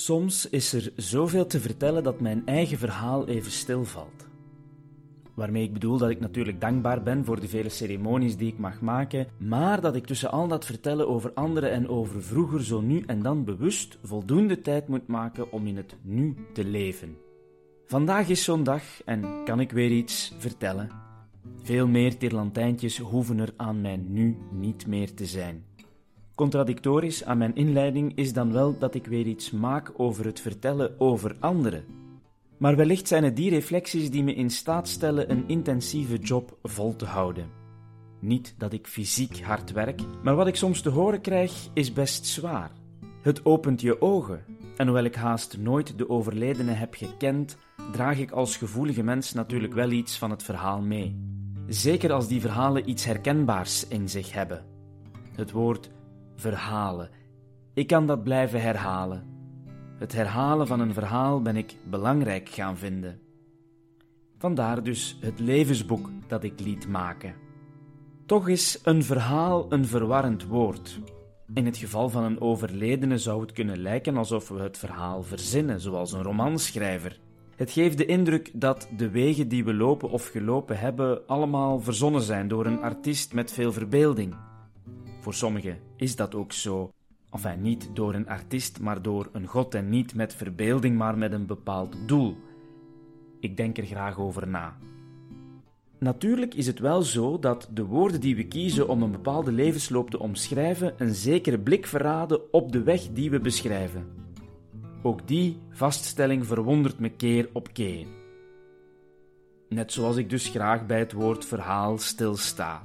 Soms is er zoveel te vertellen dat mijn eigen verhaal even stilvalt. Waarmee ik bedoel dat ik natuurlijk dankbaar ben voor de vele ceremonies die ik mag maken, maar dat ik tussen al dat vertellen over anderen en over vroeger zo nu en dan bewust voldoende tijd moet maken om in het nu te leven. Vandaag is zo'n dag en kan ik weer iets vertellen. Veel meer tirlantijntjes hoeven er aan mijn nu niet meer te zijn. Contradictorisch aan mijn inleiding is dan wel dat ik weer iets maak over het vertellen over anderen. Maar wellicht zijn het die reflecties die me in staat stellen een intensieve job vol te houden. Niet dat ik fysiek hard werk, maar wat ik soms te horen krijg is best zwaar. Het opent je ogen, en hoewel ik haast nooit de overledene heb gekend, draag ik als gevoelige mens natuurlijk wel iets van het verhaal mee. Zeker als die verhalen iets herkenbaars in zich hebben. Het woord verhalen. Ik kan dat blijven herhalen. Het herhalen van een verhaal ben ik belangrijk gaan vinden. Vandaar dus het levensboek dat ik liet maken. Toch is een verhaal een verwarrend woord. In het geval van een overledene zou het kunnen lijken alsof we het verhaal verzinnen, zoals een romanschrijver. Het geeft de indruk dat de wegen die we lopen of gelopen hebben allemaal verzonnen zijn door een artiest met veel verbeelding. Voor sommigen is dat ook zo. Enfin, niet door een artiest, maar door een god en niet met verbeelding, maar met een bepaald doel. Ik denk er graag over na. Natuurlijk is het wel zo dat de woorden die we kiezen om een bepaalde levensloop te omschrijven een zekere blik verraden op de weg die we beschrijven. Ook die vaststelling verwondert me keer op keer. Net zoals ik dus graag bij het woord verhaal stilsta.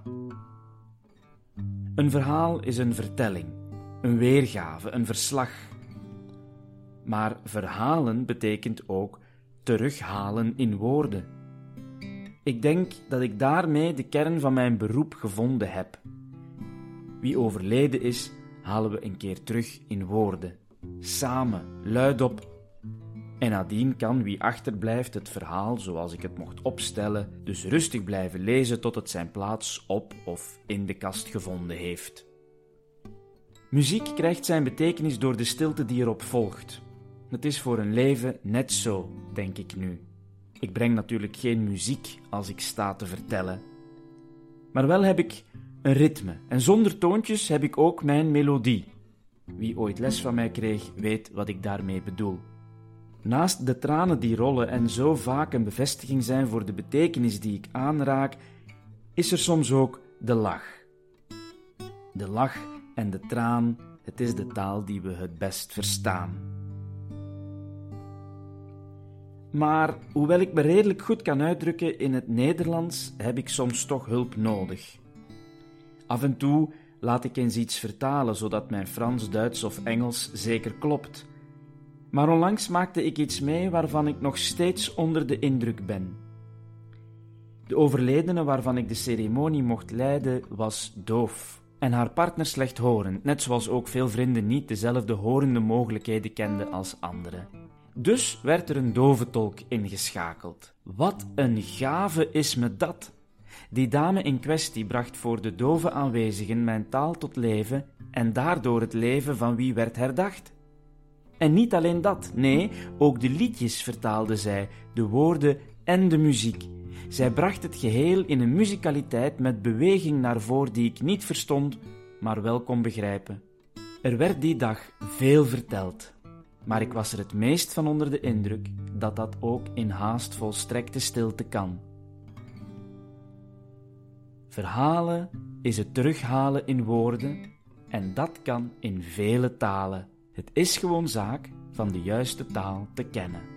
Een verhaal is een vertelling, een weergave, een verslag. Maar verhalen betekent ook terughalen in woorden. Ik denk dat ik daarmee de kern van mijn beroep gevonden heb. Wie overleden is, halen we een keer terug in woorden. Samen, luidop. En nadien kan wie achterblijft het verhaal, zoals ik het mocht opstellen, dus rustig blijven lezen tot het zijn plaats op of in de kast gevonden heeft. Muziek krijgt zijn betekenis door de stilte die erop volgt. Het is voor een leven net zo, denk ik nu. Ik breng natuurlijk geen muziek als ik sta te vertellen. Maar wel heb ik een ritme en zonder toontjes heb ik ook mijn melodie. Wie ooit les van mij kreeg, weet wat ik daarmee bedoel. Naast de tranen die rollen en zo vaak een bevestiging zijn voor de betekenis die ik aanraak, is er soms ook de lach. De lach en de traan, het is de taal die we het best verstaan. Maar hoewel ik me redelijk goed kan uitdrukken in het Nederlands, heb ik soms toch hulp nodig. Af en toe laat ik eens iets vertalen, zodat mijn Frans, Duits of Engels zeker klopt. Maar onlangs maakte ik iets mee waarvan ik nog steeds onder de indruk ben. De overledene waarvan ik de ceremonie mocht leiden was doof en haar partner slechthorend, net zoals ook veel vrienden niet dezelfde horende mogelijkheden kenden als anderen. Dus werd er een doventolk ingeschakeld. Wat een gave is me dat! Die dame in kwestie bracht voor de dove aanwezigen mijn taal tot leven en daardoor het leven van wie werd herdacht. En niet alleen dat, nee, ook de liedjes vertaalde zij, de woorden en de muziek. Zij bracht het geheel in een muzikaliteit met beweging naar voren die ik niet verstond, maar wel kon begrijpen. Er werd die dag veel verteld, maar ik was er het meest van onder de indruk dat dat ook in haast volstrekte stilte kan. Verhalen is het terughalen in woorden en dat kan in vele talen. Het is gewoon zaak van de juiste taal te kennen.